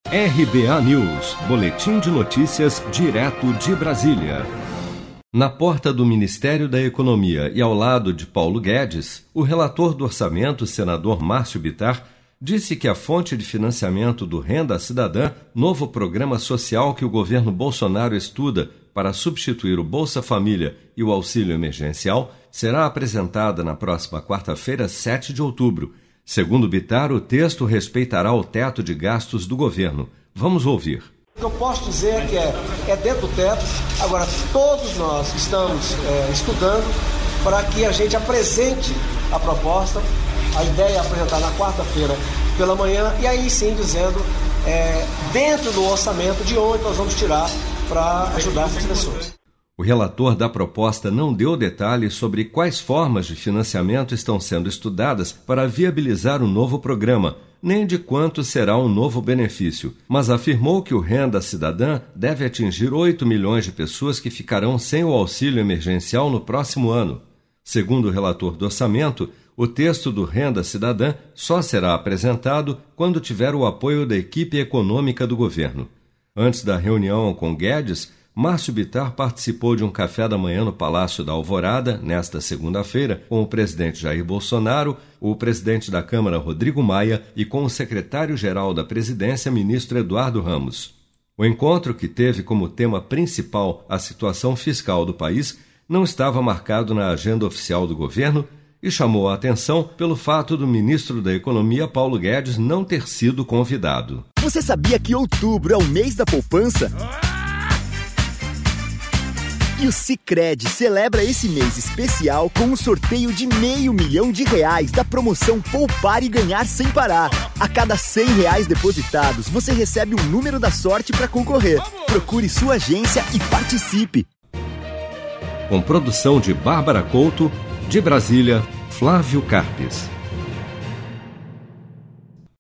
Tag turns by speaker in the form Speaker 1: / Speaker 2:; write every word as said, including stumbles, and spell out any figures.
Speaker 1: R B A News, boletim de notícias direto de Brasília. Na porta do Ministério da Economia e ao lado de Paulo Guedes, o relator do orçamento, senador Márcio Bittar, disse que a fonte de financiamento do Renda Cidadã, novo programa social que o governo Bolsonaro estuda para substituir o Bolsa Família e o auxílio emergencial, será apresentada na próxima quarta-feira, sete de outubro. Segundo Bittar, o texto respeitará o teto de gastos do governo. Vamos ouvir.
Speaker 2: O que eu posso dizer é que é, é dentro do teto. Agora, todos nós estamos é, estudando para que a gente apresente a proposta. A ideia é apresentar na quarta-feira pela manhã e aí sim dizendo é, dentro do orçamento de onde nós vamos tirar para ajudar essas pessoas.
Speaker 1: O relator da proposta não deu detalhes sobre quais formas de financiamento estão sendo estudadas para viabilizar o novo programa, nem de quanto será um novo benefício, mas afirmou que o Renda Cidadã deve atingir oito milhões de pessoas que ficarão sem o auxílio emergencial no próximo ano. Segundo o relator do orçamento, o texto do Renda Cidadã só será apresentado quando tiver o apoio da equipe econômica do governo. Antes da reunião com Guedes, Márcio Bittar participou de um café da manhã no Palácio da Alvorada, nesta segunda-feira, com o presidente Jair Bolsonaro, o presidente da Câmara, Rodrigo Maia, e com o secretário-geral da Presidência, ministro Eduardo Ramos. O encontro, que teve como tema principal a situação fiscal do país, não estava marcado na agenda oficial do governo e chamou a atenção pelo fato do ministro da Economia, Paulo Guedes, não ter sido convidado.
Speaker 3: Você sabia que outubro é o mês da poupança? E o Sicredi celebra esse mês especial com um sorteio de meio milhão de reais da promoção Poupar e Ganhar Sem Parar. A cada cem reais depositados, você recebe um número da sorte para concorrer. Procure sua agência e participe.
Speaker 1: Com produção de Bárbara Couto, de Brasília, Flávio Carpes.